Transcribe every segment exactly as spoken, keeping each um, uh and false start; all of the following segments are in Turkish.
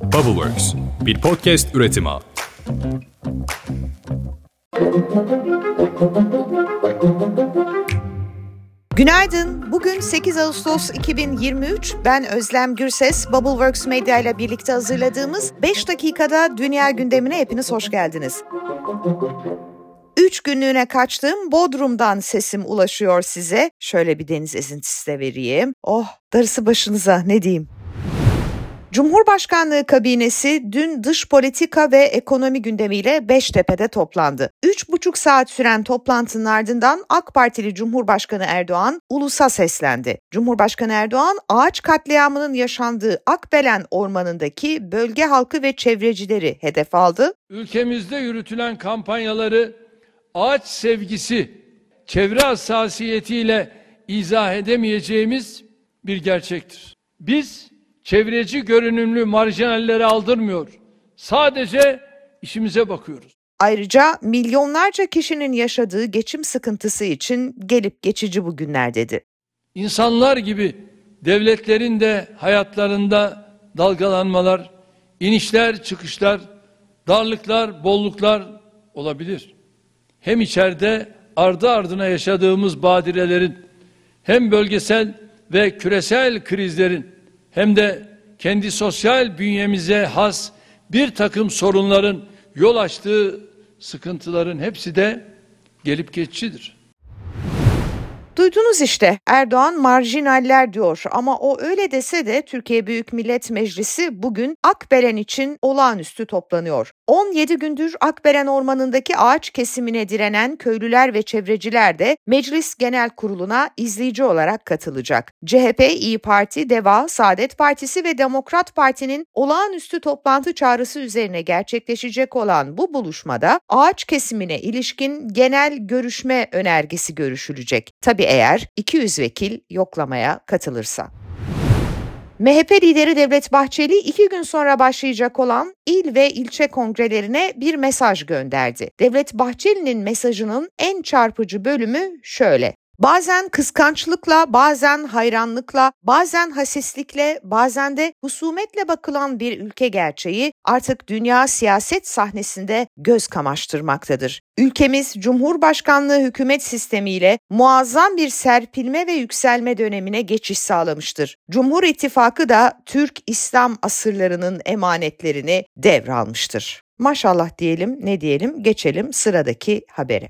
Bubbleworks, bir podcast üretimi. Günaydın. Bugün sekiz Ağustos iki bin yirmi üç. Ben Özlem Gürses. Bubbleworks Medya ile birlikte hazırladığımız beş dakikada dünya gündemine hepiniz hoş geldiniz. Üç günlüğüne kaçtığım Bodrum'dan sesim ulaşıyor size. Şöyle bir deniz esintisi de vereyim. Oh, darısı başınıza, ne diyeyim. Cumhurbaşkanlığı kabinesi dün dış politika ve ekonomi gündemiyle Beştepe'de toplandı. Üç buçuk saat süren toplantının ardından AK Partili Cumhurbaşkanı Erdoğan ulusa seslendi. Cumhurbaşkanı Erdoğan, ağaç katliamının yaşandığı Akbelen Ormanı'ndaki bölge halkı ve çevrecileri hedef aldı. Ülkemizde yürütülen kampanyaları ağaç sevgisi, çevre hassasiyetiyle izah edemeyeceğimiz bir gerçektir. Biz çevreci görünümlü marjinalleri aldırmıyor. Sadece işimize bakıyoruz. Ayrıca milyonlarca kişinin yaşadığı geçim sıkıntısı için gelip geçici bu günler dedi. İnsanlar gibi devletlerin de hayatlarında dalgalanmalar, inişler, çıkışlar, darlıklar, bolluklar olabilir. Hem içeride ardı ardına yaşadığımız badirelerin, hem bölgesel ve küresel krizlerin, hem de kendi sosyal bünyemize has bir takım sorunların yol açtığı sıkıntıların hepsi de gelip geçicidir. Duydunuz işte, Erdoğan marjinaller diyor ama o öyle dese de Türkiye Büyük Millet Meclisi bugün Akbelen için olağanüstü toplanıyor. on yedi gündür Akbelen Ormanı'ndaki ağaç kesimine direnen köylüler ve çevreciler de Meclis Genel Kurulu'na izleyici olarak katılacak. C H P, İYİ Parti, DEVA, Saadet Partisi ve Demokrat Parti'nin olağanüstü toplantı çağrısı üzerine gerçekleşecek olan bu buluşmada ağaç kesimine ilişkin genel görüşme önergesi görüşülecek. Tabii eğer iki yüz vekil yoklamaya katılırsa. M H P lideri Devlet Bahçeli iki gün sonra başlayacak olan il ve ilçe kongrelerine bir mesaj gönderdi. Devlet Bahçeli'nin mesajının en çarpıcı bölümü şöyle: bazen kıskançlıkla, bazen hayranlıkla, bazen hasislikle, bazen de husumetle bakılan bir ülke gerçeği artık dünya siyaset sahnesinde göz kamaştırmaktadır. Ülkemiz Cumhurbaşkanlığı hükümet sistemiyle muazzam bir serpilme ve yükselme dönemine geçiş sağlamıştır. Cumhur İttifakı da Türk-İslam asırlarının emanetlerini devralmıştır. Maşallah diyelim, ne diyelim, geçelim sıradaki habere.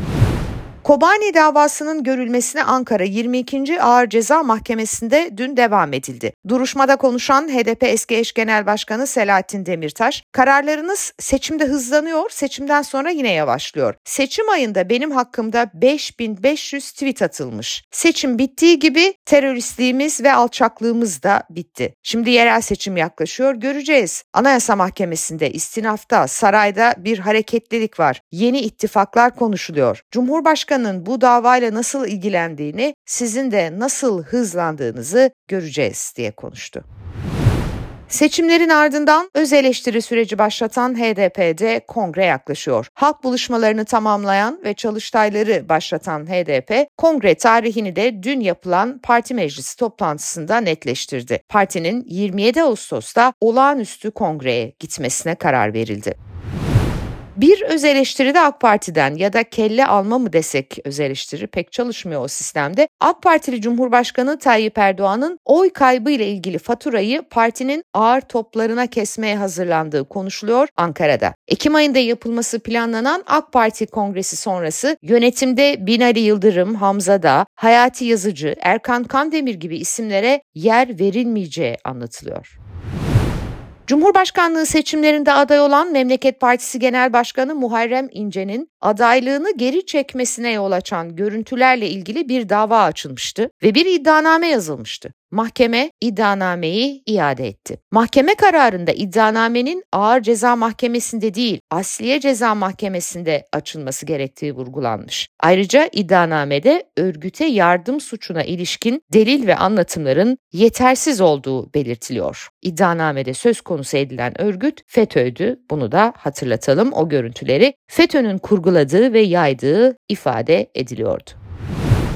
Kobani davasının görülmesine Ankara yirmi ikinci Ağır Ceza Mahkemesi'nde dün devam edildi. Duruşmada konuşan H D P eski eş genel başkanı Selahattin Demirtaş, kararlarınız seçimde hızlanıyor, seçimden sonra yine yavaşlıyor. Seçim ayında benim hakkımda beş bin beş yüz tweet atılmış. Seçim bittiği gibi teröristliğimiz ve alçaklığımız da bitti. Şimdi yerel seçim yaklaşıyor, göreceğiz. Anayasa Mahkemesi'nde, istinafta, sarayda bir hareketlilik var. Yeni ittifaklar konuşuluyor. Cumhurbaşkanı bu davayla nasıl ilgilendiğini, sizin de nasıl hızlandığınızı göreceğiz diye konuştu. Seçimlerin ardından öz eleştiri süreci başlatan H D P'de kongre yaklaşıyor. Halk buluşmalarını tamamlayan ve çalıştayları başlatan H D P, kongre tarihini de dün yapılan parti meclisi toplantısında netleştirdi. Partinin yirmi yedi Ağustos'ta olağanüstü kongreye gitmesine karar verildi. Bir öz eleştiri de AK Parti'den, ya da kelle alma mı desek, öz eleştiri pek çalışmıyor o sistemde. AK Partili Cumhurbaşkanı Tayyip Erdoğan'ın oy kaybı ile ilgili faturayı partinin ağır toplarına kesmeye hazırlandığı konuşuluyor Ankara'da. Ekim ayında yapılması planlanan AK Parti Kongresi sonrası yönetimde Binali Yıldırım, Hamza Dağ, Hayati Yazıcı, Erkan Kandemir gibi isimlere yer verilmeyeceği anlatılıyor. Cumhurbaşkanlığı seçimlerinde aday olan Memleket Partisi Genel Başkanı Muharrem İnce'nin adaylığını geri çekmesine yol açan görüntülerle ilgili bir dava açılmıştı ve bir iddianame yazılmıştı. Mahkeme iddianameyi iade etti. Mahkeme kararında iddianamenin Ağır Ceza Mahkemesi'nde değil, Asliye Ceza Mahkemesi'nde açılması gerektiği vurgulanmış. Ayrıca iddianamede örgüte yardım suçuna ilişkin delil ve anlatımların yetersiz olduğu belirtiliyor. İddianamede söz konusu edilen örgüt FETÖ'ydü. Bunu da hatırlatalım. O görüntüleri FETÖ'nün kurguladığı ve yaydığı ifade ediliyordu.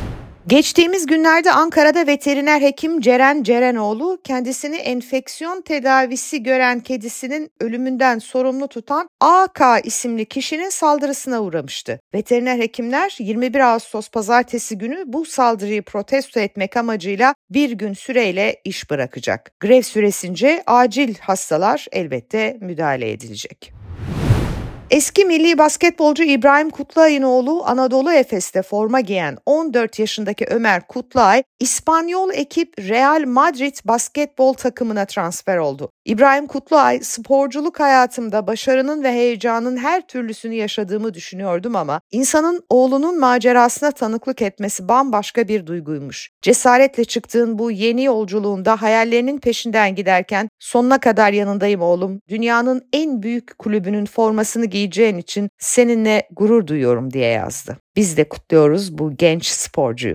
Geçtiğimiz günlerde Ankara'da veteriner hekim Ceren Cerenoğlu kendisini enfeksiyon tedavisi gören kedisinin ölümünden sorumlu tutan A K isimli kişinin saldırısına uğramıştı. Veteriner hekimler yirmi bir Ağustos Pazartesi günü bu saldırıyı protesto etmek amacıyla bir gün süreyle iş bırakacak. Grev süresince acil hastalar elbette müdahale edilecek. Eski milli basketbolcu İbrahim Kutluay'ın oğlu Anadolu Efes'te forma giyen on dört yaşındaki Ömer Kutluay, İspanyol ekip Real Madrid basketbol takımına transfer oldu. İbrahim Kutluay, sporculuk hayatımda başarının ve heyecanın her türlüsünü yaşadığımı düşünüyordum ama insanın oğlunun macerasına tanıklık etmesi bambaşka bir duyguymuş. Cesaretle çıktığın bu yeni yolculuğunda hayallerinin peşinden giderken sonuna kadar yanındayım oğlum. Dünyanın en büyük kulübünün formasını giyeceğin için seninle gurur duyuyorum diye yazdı. Biz de kutluyoruz bu genç sporcuyu.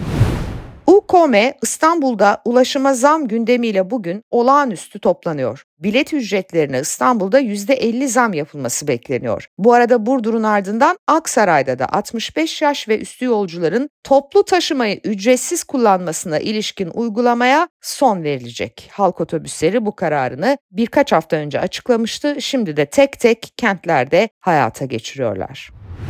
UKOME İstanbul'da ulaşıma zam gündemiyle bugün olağanüstü toplanıyor. Bilet ücretlerine İstanbul'da yüzde elli zam yapılması bekleniyor. Bu arada Burdur'un ardından Aksaray'da da altmış beş yaş ve üstü yolcuların toplu taşımayı ücretsiz kullanmasına ilişkin uygulamaya son verilecek. Halk otobüsleri bu kararını birkaç hafta önce açıklamıştı. Şimdi de tek tek kentlerde hayata geçiriyorlar.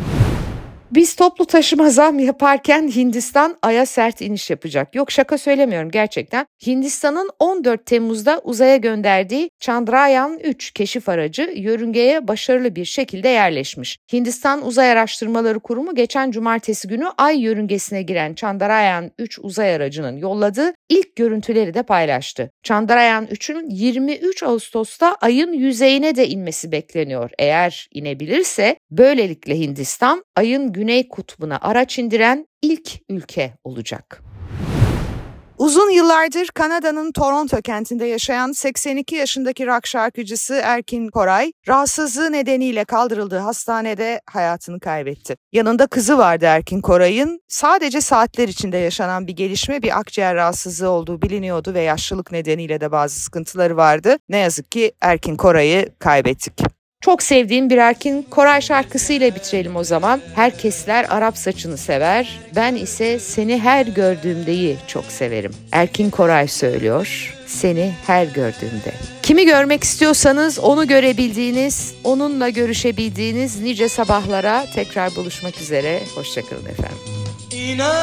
Biz toplu taşıma zam yaparken Hindistan Ay'a sert iniş yapacak. Yok, şaka söylemiyorum gerçekten. Hindistan'ın on dört Temmuz'da uzaya gönderdiği Chandrayaan üç keşif aracı yörüngeye başarılı bir şekilde yerleşmiş. Hindistan Uzay Araştırmaları Kurumu geçen cumartesi günü Ay yörüngesine giren Chandrayaan üç uzay aracının yolladığı ilk görüntüleri de paylaştı. Chandrayaan üçün yirmi üç Ağustos'ta Ay'ın yüzeyine de inmesi bekleniyor. Eğer inebilirse böylelikle Hindistan Ay'ın Güney Kutbu'na araç indiren ilk ülke olacak. Uzun yıllardır Kanada'nın Toronto kentinde yaşayan seksen iki yaşındaki rock şarkıcısı Erkin Koray, rahatsızlığı nedeniyle kaldırıldığı hastanede hayatını kaybetti. Yanında kızı vardı Erkin Koray'ın. Sadece saatler içinde yaşanan bir gelişme, bir akciğer rahatsızlığı olduğu biliniyordu ve yaşlılık nedeniyle de bazı sıkıntıları vardı. Ne yazık ki Erkin Koray'ı kaybettik. Çok sevdiğim bir Erkin Koray şarkısıyla bitirelim o zaman. Herkesler Arap saçını sever, ben ise seni her gördüğümdeyi çok severim. Erkin Koray söylüyor, seni her gördüğümde. Kimi görmek istiyorsanız onu görebildiğiniz, onunla görüşebildiğiniz nice sabahlara tekrar buluşmak üzere. Hoşçakalın efendim. İnan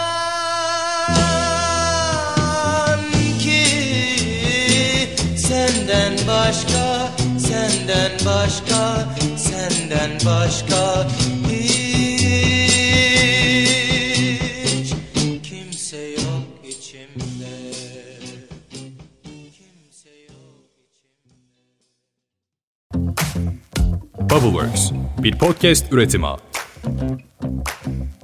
ki senden başka, senden başka, senden başka hiç kimse yok içimde. Kimse yok içimde. Bubbleworks bir podcast üretimi.